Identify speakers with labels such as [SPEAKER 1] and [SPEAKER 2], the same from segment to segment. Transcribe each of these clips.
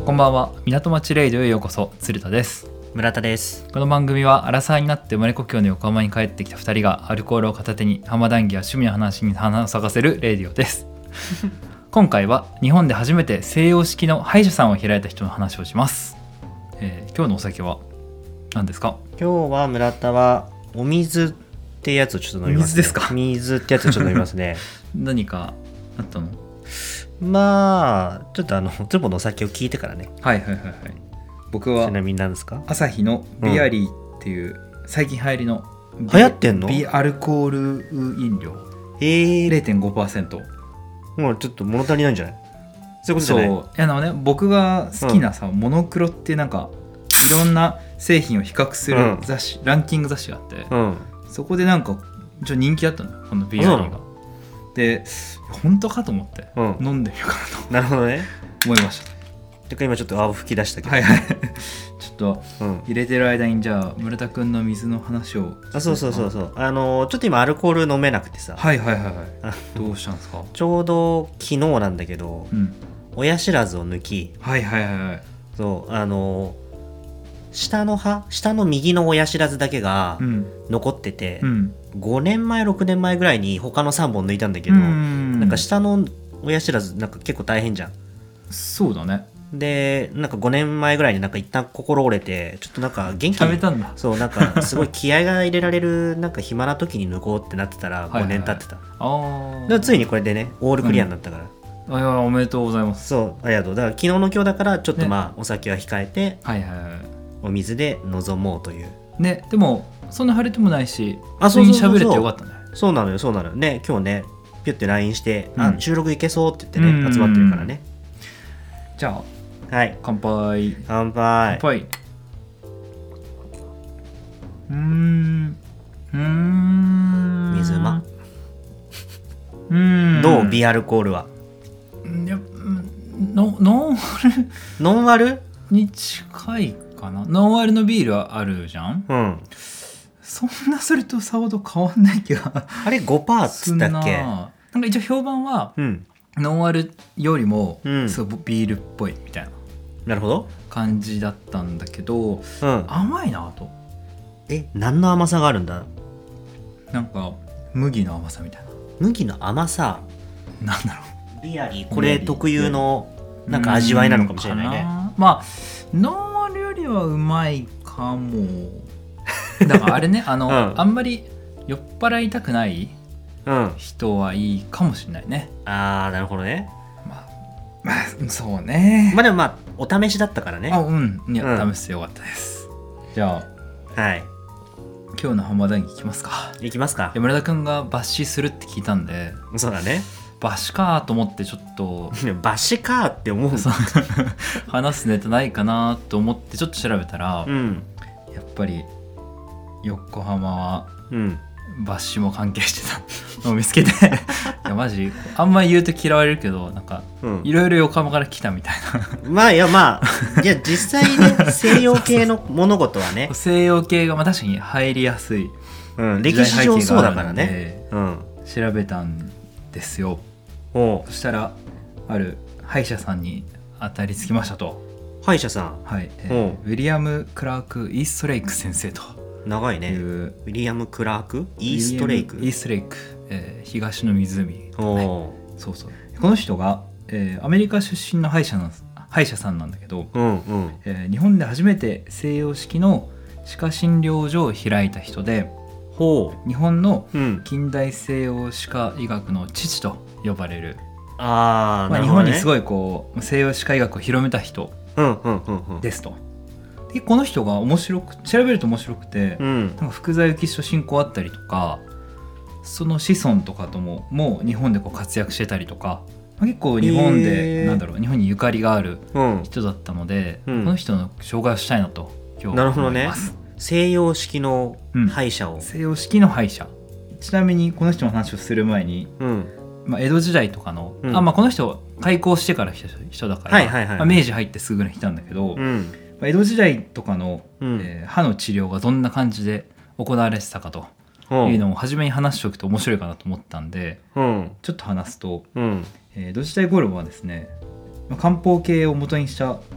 [SPEAKER 1] こんばんは。港町レイディオへようこそ。鶴田です。
[SPEAKER 2] 村田です。
[SPEAKER 1] この番組はアラサーになって生まれ故郷の横浜に帰ってきた2人がアルコールを片手に浜談義や趣味の話に花を咲かせるレイディオです今回は日本で初めて西洋式の歯医者さんを開いた人の話をします。今日のお酒は何ですか？
[SPEAKER 2] 今日は村田はお水ってやつをちょっと飲みますね。
[SPEAKER 1] 水ですか？
[SPEAKER 2] 水ってやつをちょっと飲みますね
[SPEAKER 1] 何かあったの？
[SPEAKER 2] まあちょっとズボンのお酒を聞いてからね。
[SPEAKER 1] はい。僕は
[SPEAKER 2] ちなみに何ですか？
[SPEAKER 1] アサヒのビアリーっていう、最近流行りの
[SPEAKER 2] 流行ってんの？
[SPEAKER 1] ビアルコール飲料、0.5%。
[SPEAKER 2] もうちょっと物足りないんじゃない？そういうことじゃない？
[SPEAKER 1] そういや僕が好きなさ、モノクロっていうなんかいろんな製品を比較する雑誌、ランキング雑誌があって、そこでなんかちょっと人気あったのよ、このビアリーが。で本当かと思って、飲んでみようかなと
[SPEAKER 2] なるほどね
[SPEAKER 1] 思いました。
[SPEAKER 2] てか今ちょっと泡吹き出したけど、
[SPEAKER 1] ちょっと入れてる間にじゃあ村田くんの水の話を。
[SPEAKER 2] そうちょっと今アルコール飲めなくてさ。
[SPEAKER 1] どうしたんですか？
[SPEAKER 2] ちょうど昨日なんだけど、親知らずを抜き、そう下の右の親知らずだけが残ってて、5年前6年前ぐらいに他の3本抜いたんだけど、なんか下の親知らずなんか結構大変じゃん。
[SPEAKER 1] そうだね。
[SPEAKER 2] でなんか5年前ぐらいになんか一旦心折れて、ちょっとなんか元気
[SPEAKER 1] やめたんだ。
[SPEAKER 2] そうなんかすごい気合が入れられるなんか暇な時に抜こうってなってたら5年経ってた。でついにこれでねオールクリアになったから、
[SPEAKER 1] いやおめでとうございます。
[SPEAKER 2] そうありがとう。だから昨日の今日だからちょっとお酒は控えて、お水で臨もうという
[SPEAKER 1] ね。でもそんな晴れてもないし、普通に喋れてよかったね。
[SPEAKER 2] そうなのよね。今日ねピュッて LINE して、収録行けそうって言ってね、集まってるからね。
[SPEAKER 1] じゃあ、乾杯。
[SPEAKER 2] 水うま。どう？ビアルコールは。ノンアル
[SPEAKER 1] に近いかな。ノンアルのビールはあるじゃん。そんなそれとさほど変わんない気が。
[SPEAKER 2] あれ 5% っつったっけ？
[SPEAKER 1] なんか一応評判は、ノンアルよりもすごいビールっぽいみたいな感じだったんだけど、甘いなと。
[SPEAKER 2] 何の甘さがあるんだ？
[SPEAKER 1] なんか麦の甘さみたいな。
[SPEAKER 2] 麦の甘さ
[SPEAKER 1] なんだろ
[SPEAKER 2] う。ビアリーこれ特有のなんか味わいなのかもしれないね。
[SPEAKER 1] まあノンアルよりはうまいかも。だからあれねあんまり酔っ払いたくない人はいいかもしれないね。
[SPEAKER 2] なるほどね。
[SPEAKER 1] まあそうね。
[SPEAKER 2] でもお試しだったからね。
[SPEAKER 1] いや試してよかったです。じゃあ今日の浜談義行きますか。
[SPEAKER 2] 行きますか。
[SPEAKER 1] 村田くんが抜歯するって聞いたんで。
[SPEAKER 2] そうだね。
[SPEAKER 1] 抜歯かと思ってちょっと
[SPEAKER 2] 抜歯かって思う
[SPEAKER 1] 話すネタないかなと思ってちょっと調べたら、やっぱり横浜は抜歯も関係してたのを見つけていやマジあんまり言うと嫌われるけど、なんかいろいろ横浜から来たみたいな。
[SPEAKER 2] いや実際ね西洋系の物事はね
[SPEAKER 1] 西洋系が確かに入りやすい、
[SPEAKER 2] 歴史上そうだからね。
[SPEAKER 1] 調べたんですよ。そしたらある歯医者さんに当たりつきましたと。
[SPEAKER 2] 歯医者さん、
[SPEAKER 1] ウィリアム・クラーク・イーストレイク先生と。
[SPEAKER 2] 長いね。ウィリアム・クラーク・イーストレイク、
[SPEAKER 1] 東の湖、そうこの人が、アメリカ出身の歯医者さんなんだけど、日本で初めて西洋式の歯科診療所を開いた人で、日本の近代西洋歯科医学の父と呼ばれる、日本にすごいこう西洋歯科医学を広めた人ですと。でこの人が調べると面白くて、なんか福沢諭吉と親交あったりとか、その子孫とかともう日本でこう活躍してたりとか、結構日本で、日本にゆかりがある人だったので、この人の紹介をしたいなと今日思います。
[SPEAKER 2] 西洋式の歯医者を、
[SPEAKER 1] 西洋式の歯医者。ちなみにこの人の話をする前に、江戸時代とかの、この人開校してから来た人だから、明治入ってすぐに来たんだけど、江戸時代とかの、歯の治療がどんな感じで行われてたかというのを初めに話しておくと面白いかなと思ったんで、ちょっと話すと、江戸時代頃はですね、漢方系を元にした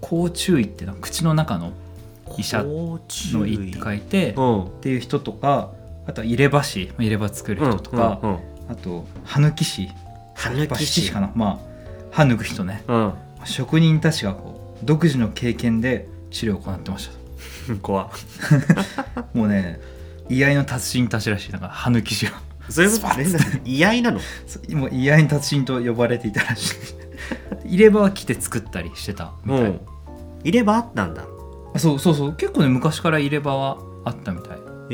[SPEAKER 1] 口中医ってのは口の中の医者の医って書いてっていう人とか、あとは入れ歯師、入れ歯作る人とか、あと歯抜き師、歯抜き師かな、まあ歯抜く人ね、職人たちがこう独自の経験で治療を行ってましたと。
[SPEAKER 2] 怖
[SPEAKER 1] もうね、居合の達人たちらしい。なんか歯抜き師は
[SPEAKER 2] そういうことね。居合なの？
[SPEAKER 1] もう居合の達人と呼ばれていたらしい入れ歯は来て作ったりしてたみたい。
[SPEAKER 2] 入れ歯あったんだ。
[SPEAKER 1] そうそうそう、結構ね昔から入れ歯はあったみたい。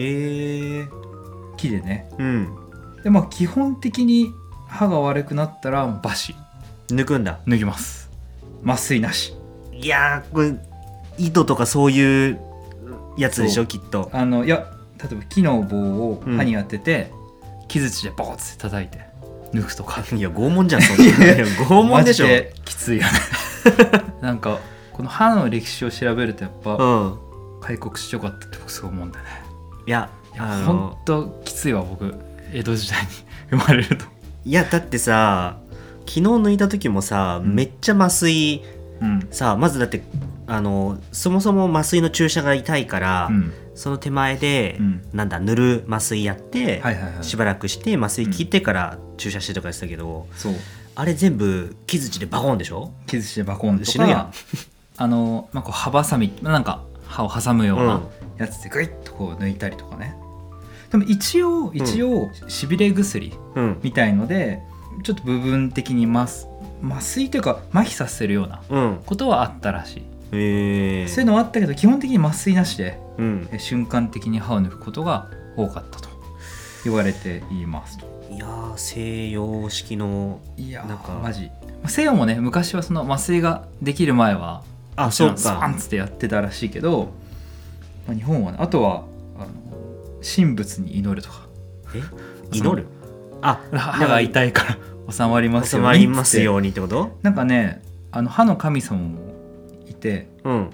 [SPEAKER 1] 木でね。でまあ基本的に歯が悪くなったら歯師
[SPEAKER 2] 抜くんだ。
[SPEAKER 1] 抜きます。麻酔なし。
[SPEAKER 2] いやー、これ糸とかそういうやつでしょきっと。
[SPEAKER 1] いや、例えば木の棒を歯に当てて、木槌でボーッて叩いて抜くとか。
[SPEAKER 2] いや拷問じゃんそんな。いや拷問でしょ。
[SPEAKER 1] マジできついよねなんかこの歯の歴史を調べるとやっぱ、開国してよかったって僕すごい思うんだよね。
[SPEAKER 2] いや
[SPEAKER 1] ほんときついわ僕、江戸時代に生まれると。
[SPEAKER 2] いやだってさ、昨日抜いた時もさ、めっちゃ麻酔、さ、まずだってそもそも麻酔の注射が痛いから、その手前で、なんだ塗る麻酔やって、しばらくして麻酔切ってから注射してとかしてたけど、
[SPEAKER 1] そう
[SPEAKER 2] あれ全部木槌でバコンでしょ。
[SPEAKER 1] 木槌でバコンとか
[SPEAKER 2] 死ぬやん
[SPEAKER 1] こう歯ばさみ、なんか歯を挟むようなやつでグイッとこう抜いたりとかね。でも一応しびれ薬みたいので、ちょっと部分的に麻酔というか麻痺させるようなことはあったらしい。そういうのはあったけど基本的に麻酔なしで、瞬間的に歯を抜くことが多かったと言われていますと。
[SPEAKER 2] いやー、西洋式のなんか
[SPEAKER 1] マジ西洋もね、昔はその麻酔ができる前は
[SPEAKER 2] そうか
[SPEAKER 1] スパンツってやってたらしいけど、日本はね、あとは神仏に祈るとか。
[SPEAKER 2] 祈る？
[SPEAKER 1] 歯が痛いから収まりますように、
[SPEAKER 2] 収まりますようにってこと？
[SPEAKER 1] なんかね、歯の神様もいて、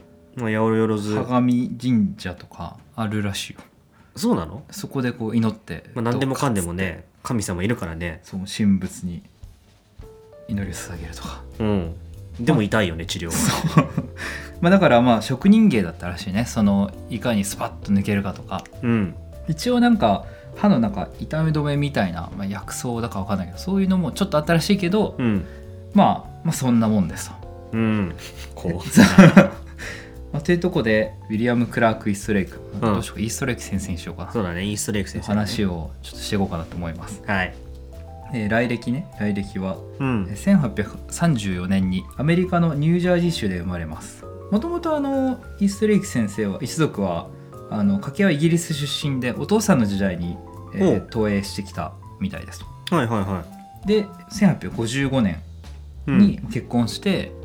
[SPEAKER 1] 鏡神社とかあるらしいよ。
[SPEAKER 2] そうなの？
[SPEAKER 1] そこでこう祈って、
[SPEAKER 2] 何でもかんでもね神様いるからね。
[SPEAKER 1] そう、神仏に祈りを捧げるとか。
[SPEAKER 2] でも痛いよね治療
[SPEAKER 1] は。だから職人芸だったらしいね。そのいかにスパッと抜けるかとか。一応なんか歯の中痛み止めみたいな、薬草だか分かんないけど、そういうのもちょっとあったらしいけど、そんなもんですと。
[SPEAKER 2] こ
[SPEAKER 1] うというとこでウィリアム・クラーク・イーストレイク、どうしようか、イーストレイク先生にしようかな。
[SPEAKER 2] そうだね、イーストレイク先生、
[SPEAKER 1] 話をちょっとしていこうかなと思います。
[SPEAKER 2] はい
[SPEAKER 1] 来歴は、1834年にアメリカのニュージャージー州で生まれます。もともとイーストレイク先生は一族は家系はイギリス出身で、お父さんの時代に、投影してきたみたいですと。で1855年に結婚して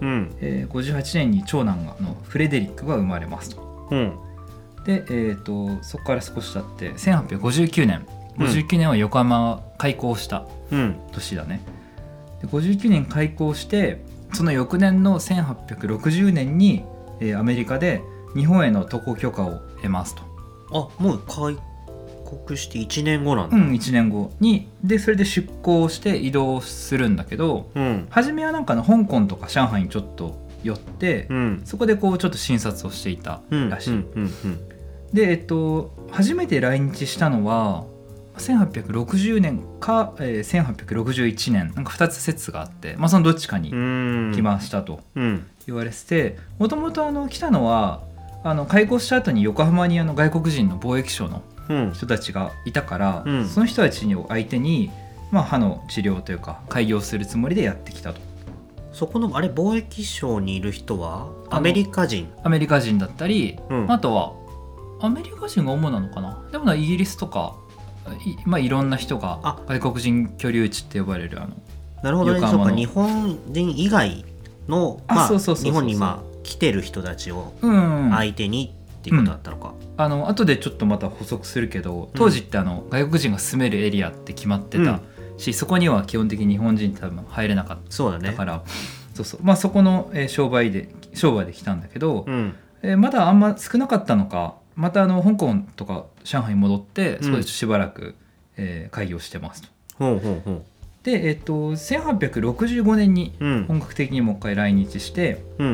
[SPEAKER 1] 、58年に長男のフレデリックが生まれますと。で、そこから少し経って1859年は横浜が開港した年だね。で59年開港して、その翌年の1860年に、アメリカで日本への渡航許可を得ますと。
[SPEAKER 2] もう開国して1年後なんだ。
[SPEAKER 1] 1年後にで、それで出港して移動するんだけど、初めはなんか香港とか上海にちょっと寄って、そこでこうちょっと診察をしていたらしい。で、初めて来日したのは1860年か、1861年、なんか2つ説があって、そのどっちかに来ましたと言われてて、もともと来たのは開港した後に横浜に外国人の貿易商の人たちがいたから、その人たちを相手に、歯の治療というか開業するつもりでやってきたと。
[SPEAKER 2] そこの貿易商にいる人はアメリカ人
[SPEAKER 1] だったり、あとはアメリカ人が主なのかな。でもイギリスとかいろんな人が外国人居留地って呼ばれる
[SPEAKER 2] なるほどね。そうか、日本人以外の日本に来てる人たちを相手にっていうことだったのか。
[SPEAKER 1] 後でちょっとまた補足するけど、当時って外国人が住めるエリアって決まってたし、そこには基本的に日本人多分入れなかった。
[SPEAKER 2] そうだね。
[SPEAKER 1] だからそこの商売で来たんだけど、まだあんま少なかったのか、また香港とか上海に戻って、そこでしばらく、開業してますと。で、1865年に本格的にもう一回来日して、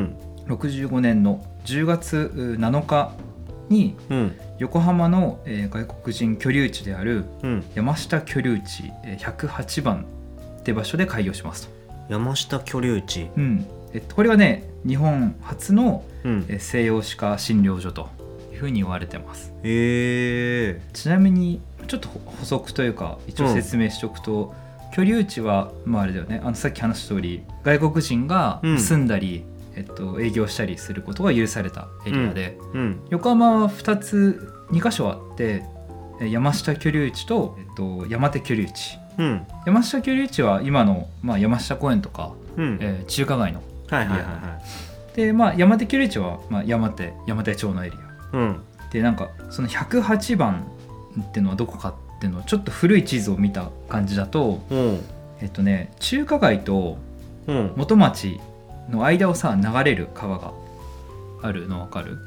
[SPEAKER 1] 65年の10月7日に横浜の外国人居留地である山下居留地108番って場所で開業しますと。
[SPEAKER 2] 山下居留地、
[SPEAKER 1] これはね日本初の西洋歯科診療所というふうに言われてます。ちなみにちょっと補足というか一応説明しておくと、居留地はあれだよね、さっき話した通り外国人が住んだり、営業したりすることが許されたエリアで、横浜は2箇所あって山下居留地と、山手居留地、山下居留地は今の、山下公園とか、中華街のエリアで、山手居留地は、山手町のエリア、でなんかその108番っていうのはどこかっていうのをちょっと古い地図を見た感じだと、中華街と元町の間をさ流れる川があるの分かる？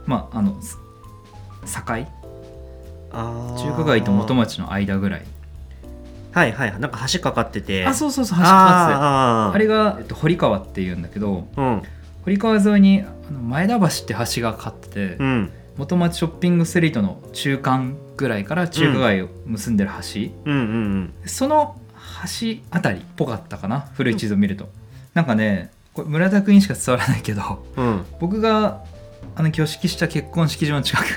[SPEAKER 1] 境？中華街と元町の間ぐらい。
[SPEAKER 2] はいはい、なんか橋かかってて、
[SPEAKER 1] そう橋かかってて、あれが、堀川っていうんだけど、堀川沿いに前田橋って橋がかかってて、元町ショッピングストリートの中間ぐらいから中華街を結んでる橋、その橋あたりっぽかったかな、古い地図を見ると。なんかねこれ村田君にしか伝わらないけど、僕が挙式した結婚式場の近く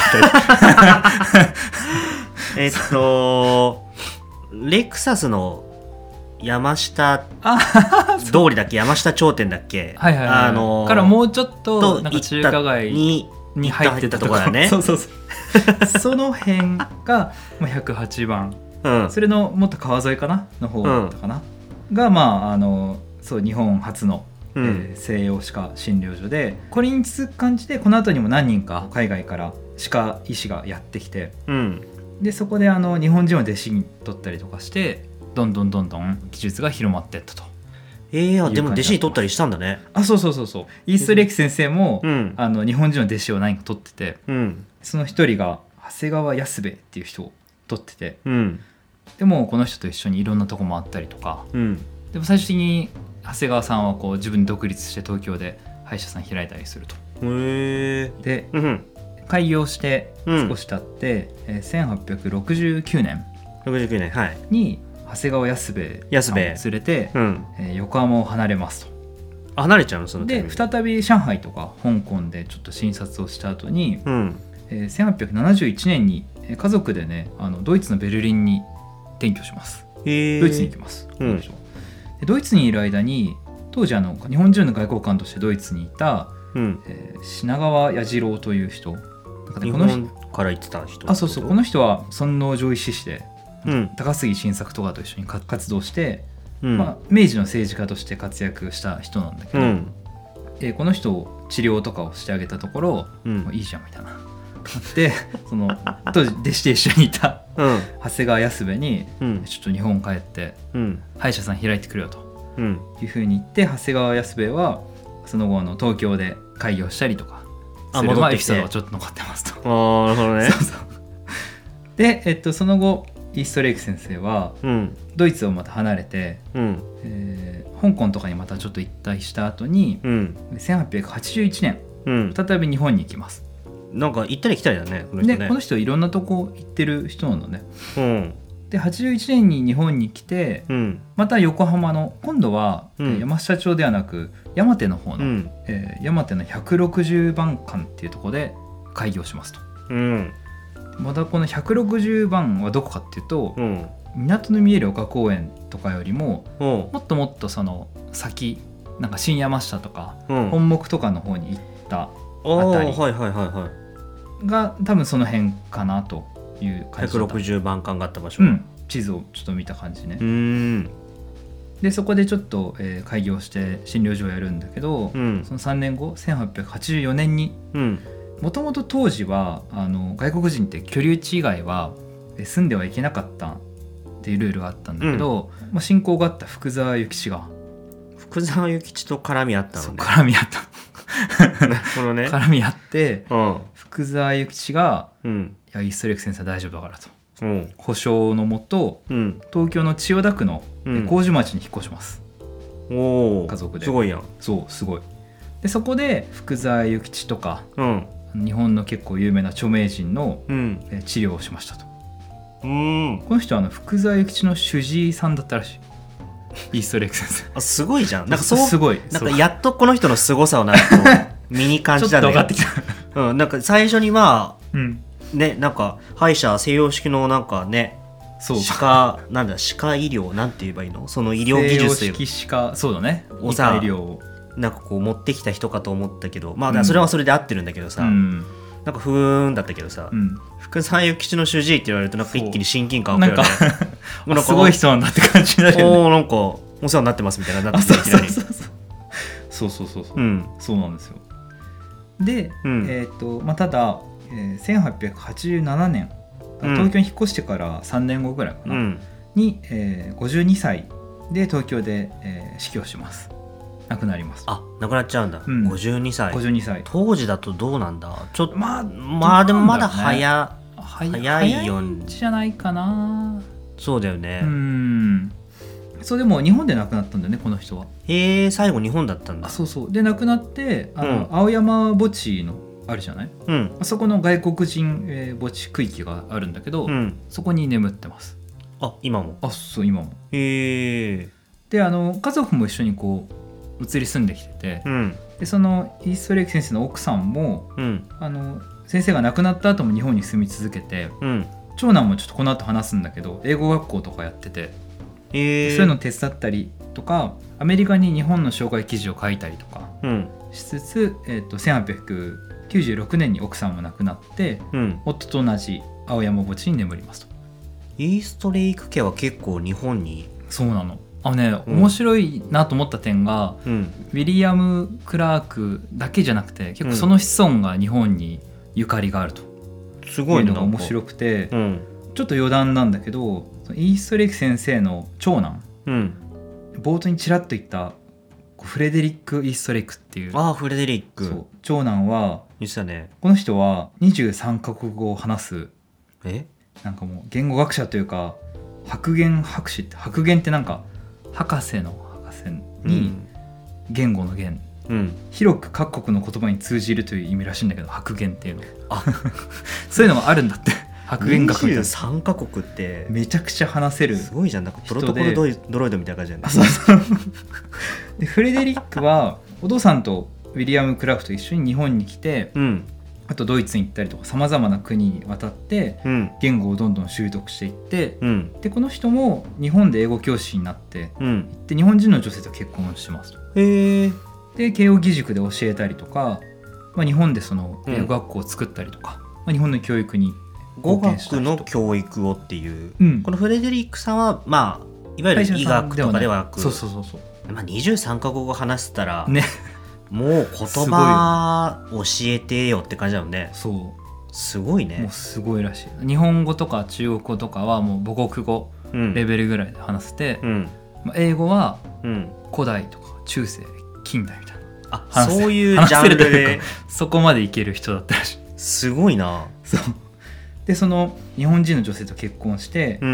[SPEAKER 2] レクサスの山下通りだっけ、山下頂点だっけ、
[SPEAKER 1] からもうちょっとなんか中華街に入ってたところだね。その辺が108番、それのもっと川沿いかなの方だったかな、がそう日本初の西洋歯科診療所で、これに続く感じでこの後にも何人か海外から歯科医師がやってきて、でそこで日本人を弟子に取ったりとかしてどんどん技術が広まっていったと。
[SPEAKER 2] でも弟子に取ったりしたんだね。
[SPEAKER 1] そうイーストレイク先生も、日本人の弟子を何か取ってて、その一人が長谷川安兵衛っていう人を取ってて、でもこの人と一緒にいろんなとこもあったりとか、でも最終的に長谷川さんはこう自分で独立して東京で歯医者さん開いたりすると。で、開業して少し経って、1869年に長谷川安兵衛さんを連れて、横浜を離れますと。
[SPEAKER 2] 離れちゃうの？その
[SPEAKER 1] で再び上海とか香港でちょっと診察をした後に、1871年に家族でねドイツのベルリンに転居します。ドイツに行きます、でドイツにいる間に当時日本人の外交官としてドイツにいた、品川彌次郎という人、
[SPEAKER 2] 日本から行ってた人。
[SPEAKER 1] この人は尊王攘夷志士で、高杉晋作とかと一緒に活動して、明治の政治家として活躍した人なんだけど、この人を治療とかをしてあげたところ、いいじゃんみたいなでその当時弟子で一緒にいた長谷川安兵衛に、ちょっと日本帰って、歯医者さん開いてくれよというふうに言って、長谷川安兵衛はその後東京で開業したりとかするエピソードがちょっと残ってますと。
[SPEAKER 2] なるほどね。
[SPEAKER 1] で、その後イーストレイク先生は、ドイツをまた離れて、香港とかにまたちょっと一体した後に、1881年、再び日本に行きます。
[SPEAKER 2] なんか行ったり来たりだね、この人ね。
[SPEAKER 1] でこの人いろんなとこ行ってる人なんだね。で81年に日本に来て、また横浜の今度は、山下町ではなく山手の方の、山手の160番館っていうところで開業しますと。またこの160番はどこかっていうと、港の見える丘公園とかよりも、もっともっとその先なんか新山下とか、本木とかの方に行ったあたりが多分その辺かなという感じだった。
[SPEAKER 2] 160番館があった場所、
[SPEAKER 1] 地図をちょっと見た感じね。でそこでちょっと、開業して診療所をやるんだけど、その3年後1884年に、もともと当時は外国人って居留地以外は住んではいけなかったっていうルールがあったんだけど、親交があった福沢諭吉が
[SPEAKER 2] 福沢諭吉と絡み合ったのね。
[SPEAKER 1] 絡み合った
[SPEAKER 2] なるほどね。
[SPEAKER 1] 絡み合って、福沢諭吉が、いやイーストレイク先生大丈夫だからと、保証のもと、東京の千代田区の麹町に引っ越します。家族で。
[SPEAKER 2] すごいやん。
[SPEAKER 1] そうすごい。 でそこで福沢諭吉とか、
[SPEAKER 2] うん、
[SPEAKER 1] 日本の結構有名な著名人の、治療をしましたと。この人は福沢諭吉の主治医さんだったらしい。イーストレイク先生。
[SPEAKER 2] すごいじゃん。なんかそう
[SPEAKER 1] すごい。
[SPEAKER 2] なんかやっとこの人の凄さをなんか身に感じたんだよ。ちょっと分かってきた。なんか最初にね、なんか歯医者西洋式のなんかね、歯科医療なんて言えばいいの、その医療技術という
[SPEAKER 1] 西洋式歯科、そうだね、
[SPEAKER 2] をさ、
[SPEAKER 1] 医療を
[SPEAKER 2] なんかこう持ってきた人かと思ったけど、まあそれはそれで合ってるんだけどさ、なんかふーんだったけどさ、福沢諭吉の主治医って言われるとなんか一気に親近感をくるよね。
[SPEAKER 1] なんかすごい人なんだって感じになるよね。
[SPEAKER 2] なんかお世話になってますみたいな、なってきていきなり。
[SPEAKER 1] そうそうなんですよ。で、ただ、1887年東京に引っ越してから3年後ぐらいかな、に、52歳で東京で、死去します。亡くなります。
[SPEAKER 2] あ、亡くなっちゃうんだ。52歳。当時だとどうなんだ。ちょっとまあでもまだ早いよ
[SPEAKER 1] じゃないかな。
[SPEAKER 2] そうだよね。
[SPEAKER 1] そう、でも日本で亡くなったんだよね、この人は。
[SPEAKER 2] 最後日本だったんだ。
[SPEAKER 1] そうで亡くなって青山墓地のあるじゃない、そこの外国人、墓地区域があるんだけど、そこに眠ってます。
[SPEAKER 2] 今も。
[SPEAKER 1] そう今も。で家族も一緒にこう移り住んできてて、でそのイーストレイク先生の奥さんも、先生が亡くなった後も日本に住み続けて、長男もちょっとこの後話すんだけど英語学校とかやってて、そういうの手伝ったりとかアメリカに日本の紹介記事を書いたりとかしつつ、1896年に奥さんも亡くなって、夫と同じ青山墓地に眠りますと。
[SPEAKER 2] イーストレイク家は結構日本に。
[SPEAKER 1] そうなの。面白いなと思った点が、ウィリアム・クラークだけじゃなくて結構その子孫が日本にゆかりがあると、
[SPEAKER 2] すごい
[SPEAKER 1] のが面白くて、ちょっと余談なんだけどイーストレイク先生の長男、冒頭にちらっと言ったフレデリック・イーストレイクっていう、
[SPEAKER 2] フレデリック、
[SPEAKER 1] そう長男は
[SPEAKER 2] 言ってたね。
[SPEAKER 1] この人は23カ国語を話す、なんかもう言語学者というか白言博士って、白言ってなんか博士の博士に言語の言、広く各国の言葉に通じるという意味らしいんだけど、白言っていうのそういうのがあるんだって。白言学みたいな。
[SPEAKER 2] 23カ国って
[SPEAKER 1] めちゃくちゃ話せる。
[SPEAKER 2] すごいじゃん。なんかプロトコルドロイドみたいな感じじゃん。
[SPEAKER 1] そうでフレデリックはお父さんとウィリアム・クラークと一緒に日本に来て、あとドイツに行ったりとかさまざまな国に渡って、言語をどんどん習得していって、でこの人も日本で英語教師になって、で日本人の女性と結婚しますと。で慶應義塾で教えたりとか、日本でその英語学校を作ったりとか、日本の教育に
[SPEAKER 2] 語学の教育をっていう、このフレデリックさんはいわゆる医学とかではなく、23カ国語話せたら、もう言葉教えてよって感じだよね。すごいね。
[SPEAKER 1] もうすごいらしい。日本語とか中国語とかはもう母国語レベルぐらいで話せて、英語は古代とか中世近代みたいな、
[SPEAKER 2] そういうジャンルで
[SPEAKER 1] そこまでいける人だったらしい。
[SPEAKER 2] すごいな。
[SPEAKER 1] でその日本人の女性と結婚して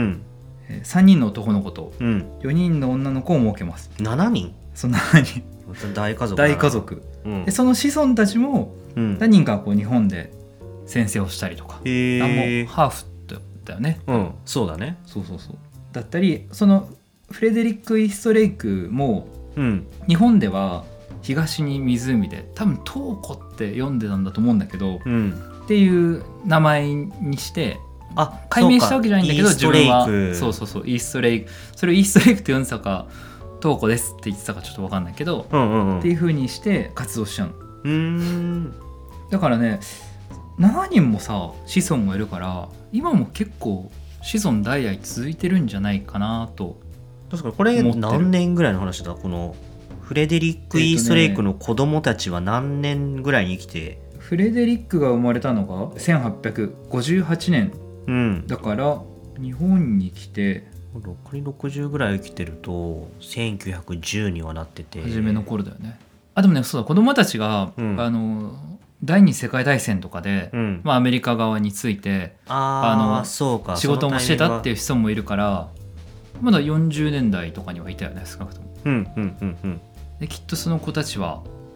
[SPEAKER 1] 、3人の男の子と4人の女の子を設けます。
[SPEAKER 2] 7人？
[SPEAKER 1] そう7人。
[SPEAKER 2] 大家族。
[SPEAKER 1] でその子孫たちも何人かこう日本で先生をしたりとか、もうハーフだよね。
[SPEAKER 2] そうだね。
[SPEAKER 1] そうだったり、そのフレデリック・イーストレイクも、日本では東に湖で多分東湖って読んでたんだと思うんだけど、っていう名前にして解明したわけじゃないんだけど、自分はそうイーストレイク、それをイーストレイクって呼んでたか東湖ですって言ってたかちょっと分かんないけど、っていう風にして活動しちゃうの。だからね、7人もさ子孫がいるから今も結構子孫代々続いてるんじゃないかなと。
[SPEAKER 2] 確かにこれ何年ぐらいの話だ。このフレデリック・イーストレイクの子供たちは何年ぐらいに生きて、
[SPEAKER 1] フレデリックが生まれたのが1858年、だから日本に来て
[SPEAKER 2] 残り60ぐらい生きてると1910にはなってて
[SPEAKER 1] 初めの頃だよね。でもね、そうだ、子供たちが、第二次世界大戦とかで、アメリカ側について仕事もしてたっていう人もいるから、まだ40年代とかにはいたよね、少なくとも。できっとその子たちは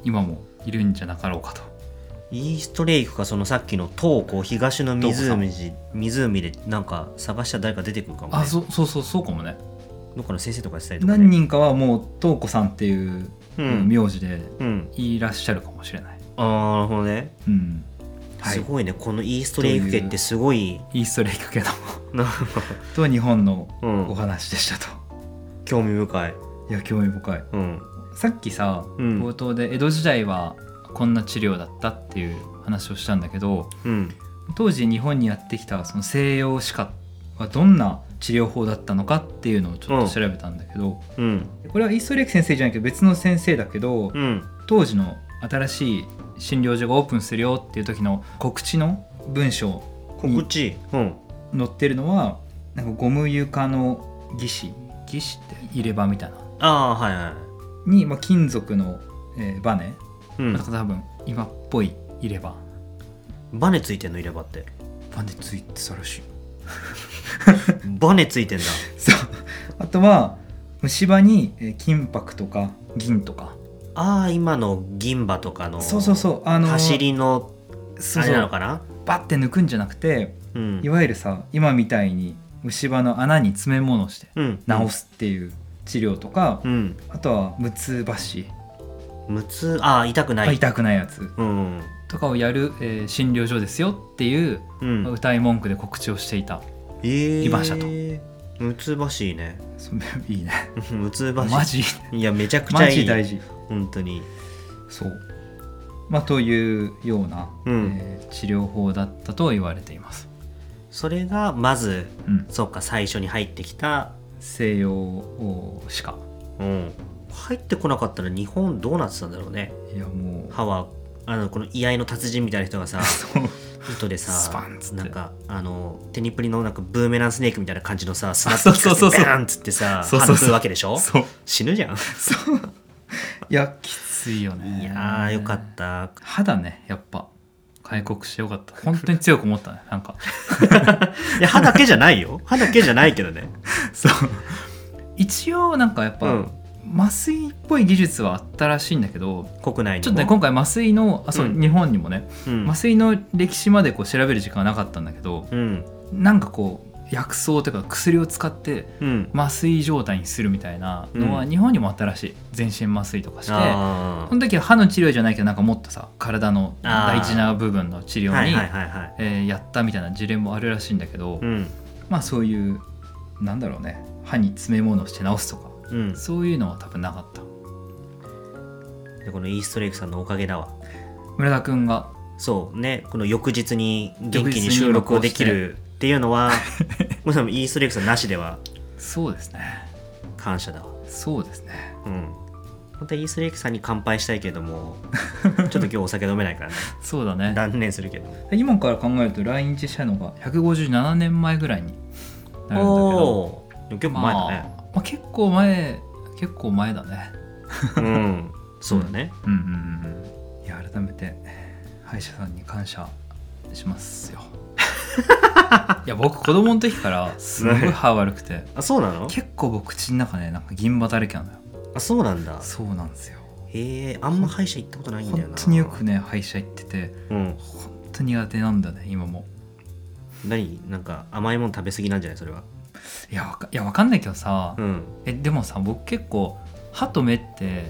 [SPEAKER 1] 今もいるんじゃなかろうかと。
[SPEAKER 2] イーストレイクかそのさっきの東湖東の湖でなんか探したら誰か出てくるかもね。
[SPEAKER 1] あ、そうかもね。
[SPEAKER 2] どっかの先生とかしたりとか、ね、
[SPEAKER 1] 何人かはもう東湖さんっていう名字でいらっしゃるかもしれない。
[SPEAKER 2] ああ、なるほどね。すごいね、このイーストレイク家ってすごい。
[SPEAKER 1] イーストレイク家のと日本のお話でしたと。
[SPEAKER 2] 興味深い。
[SPEAKER 1] いや興味深い。さっきさ、冒頭で江戸時代はこんな治療だったっていう話をしたんだけど、当時日本にやってきたその西洋歯科はどんな治療法だったのかっていうのをちょっと調べたんだけど、これはイーストレイク先生じゃないけど別の先生だけど、当時の新しい診療所がオープンするよっていう時の告知の文章に載ってるのはなんかゴム床の義歯って入れ歯みたいなに、金属のバネ、多分今っぽい入れ歯。
[SPEAKER 2] バネついてんの入れ歯って。
[SPEAKER 1] バネついてたらしい。
[SPEAKER 2] バネついてんだ。
[SPEAKER 1] そう。あとは虫歯に金箔とか銀とか。
[SPEAKER 2] ああ、今の銀歯とかの
[SPEAKER 1] そう
[SPEAKER 2] 走りのあれなのかな。
[SPEAKER 1] バッて抜くんじゃなくて、いわゆるさ今みたいに虫歯の穴に詰め物して治すっていう治療とか、あとは無痛歯歯。痛くないやつ、とかをやる、診療所ですよっていう、歌い文句で告知をしていた、いましたと。
[SPEAKER 2] 無痛歯歯ね。
[SPEAKER 1] いいね。
[SPEAKER 2] 無痛歯歯
[SPEAKER 1] マジ
[SPEAKER 2] いやめちゃくちゃいい。
[SPEAKER 1] マジ大事
[SPEAKER 2] 本当に。
[SPEAKER 1] そうというような、治療法だったと言われています。
[SPEAKER 2] それがまず、そうか最初に入ってきた
[SPEAKER 1] 西洋歯科。
[SPEAKER 2] 入ってこなかったら日本どうなってたんだろうね。
[SPEAKER 1] いやもう
[SPEAKER 2] 歯はこの居合の達人みたいな人がさ糸でさ
[SPEAKER 1] スパンっつって
[SPEAKER 2] なんかテニプリのなんかブーメランスネークみたいな感じのさスナップキックバーンっつってさ歯抜くわけでしょ。死ぬじゃん。
[SPEAKER 1] そういやきついよね。
[SPEAKER 2] いやよかった。
[SPEAKER 1] 歯だねやっぱ開国してよかった。本当に強く思ったねなんか
[SPEAKER 2] いや歯だけじゃないよ。歯だけじゃないけどね。
[SPEAKER 1] そう一応なんかやっぱ、麻酔っぽい技術はあったらしいんだけど、
[SPEAKER 2] 国内にも
[SPEAKER 1] ちょっとね今回麻酔の日本にもね、麻酔の歴史までこう調べる時間はなかったんだけど、なんかこう薬草というか薬を使って麻酔状態にするみたいなのは日本にもあったらしい。全身麻酔とかして、その時は歯の治療じゃないけどなんかもっとさ体の大事な部分の治療にやったみたいな事例もあるらしいんだけど、そういうなんだろうね歯に詰め物をして治すとか、そういうのは多分なかった。
[SPEAKER 2] でこのイーストレイクさんのおかげだわ。
[SPEAKER 1] 村田くんが
[SPEAKER 2] そうねこの翌日に元気に収録をできるっていうのはもしもイーストレイクさんなしでは
[SPEAKER 1] そうですね
[SPEAKER 2] 感謝だわ。
[SPEAKER 1] そうですね。
[SPEAKER 2] 本当はイーストレイクさんに乾杯したいけどもちょっと今日お酒飲めないからね。
[SPEAKER 1] そうだね
[SPEAKER 2] 断念するけど
[SPEAKER 1] 今から考えると来日したのが157年前ぐらいになるんだけど
[SPEAKER 2] 結構前だね。
[SPEAKER 1] 結構前だね。
[SPEAKER 2] そうだね。
[SPEAKER 1] いや改めて歯医者さんに感謝しますよ。いや僕子供の時からすごい歯悪くて
[SPEAKER 2] あそうなの。
[SPEAKER 1] 結構僕口の中ねなんか銀歯だらけなのよ。
[SPEAKER 2] あそうなんだ。
[SPEAKER 1] そうなんですよ。
[SPEAKER 2] へえあんま歯医者行ったことないんだよな。
[SPEAKER 1] 本当によくね歯医者行ってて、本当に苦手なんだね今も。
[SPEAKER 2] なんか甘いもの食べ過ぎなんじゃないそれは。
[SPEAKER 1] いやわかんないけどさ、でもさ僕結構歯と目って、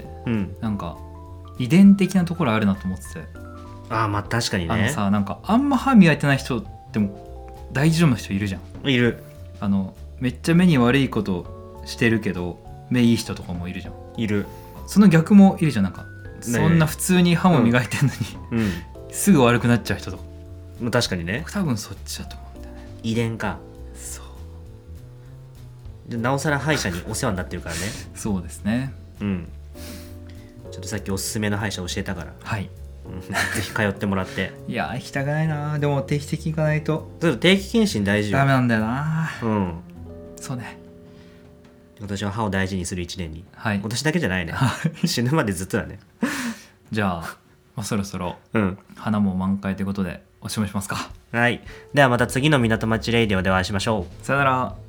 [SPEAKER 1] なんか遺伝的なところあるなと思ってて。
[SPEAKER 2] 確かにね。
[SPEAKER 1] なんかあんま歯磨いてない人でも大丈夫な人いるじゃん。
[SPEAKER 2] いる。
[SPEAKER 1] めっちゃ目に悪いことしてるけど目いい人とかもいるじゃん。
[SPEAKER 2] いる。
[SPEAKER 1] その逆もいるじゃん。なんかそんな普通に歯も磨いてんのに、すぐ悪くなっちゃう人とか。
[SPEAKER 2] 確かにね。
[SPEAKER 1] 僕多分そっちだと思うんだよね。
[SPEAKER 2] 遺伝か。でなおさら歯医者にお世話になってるからね。そうですね。ちょっとさっきおすすめの歯医者教えたから。はい。ぜひ通ってもらって。いや行きたくないな。でも定期的に行かないと。定期検診大事よ。ダメなんだよな。そうね。今年は歯を大事にする1年に。はい。今年だけじゃないね。死ぬまでずっとだね。じゃあ、そろそろ花も満開ということでおしまいしますか。はい。ではまた次の港町レイディオでお会いしましょう。さよなら。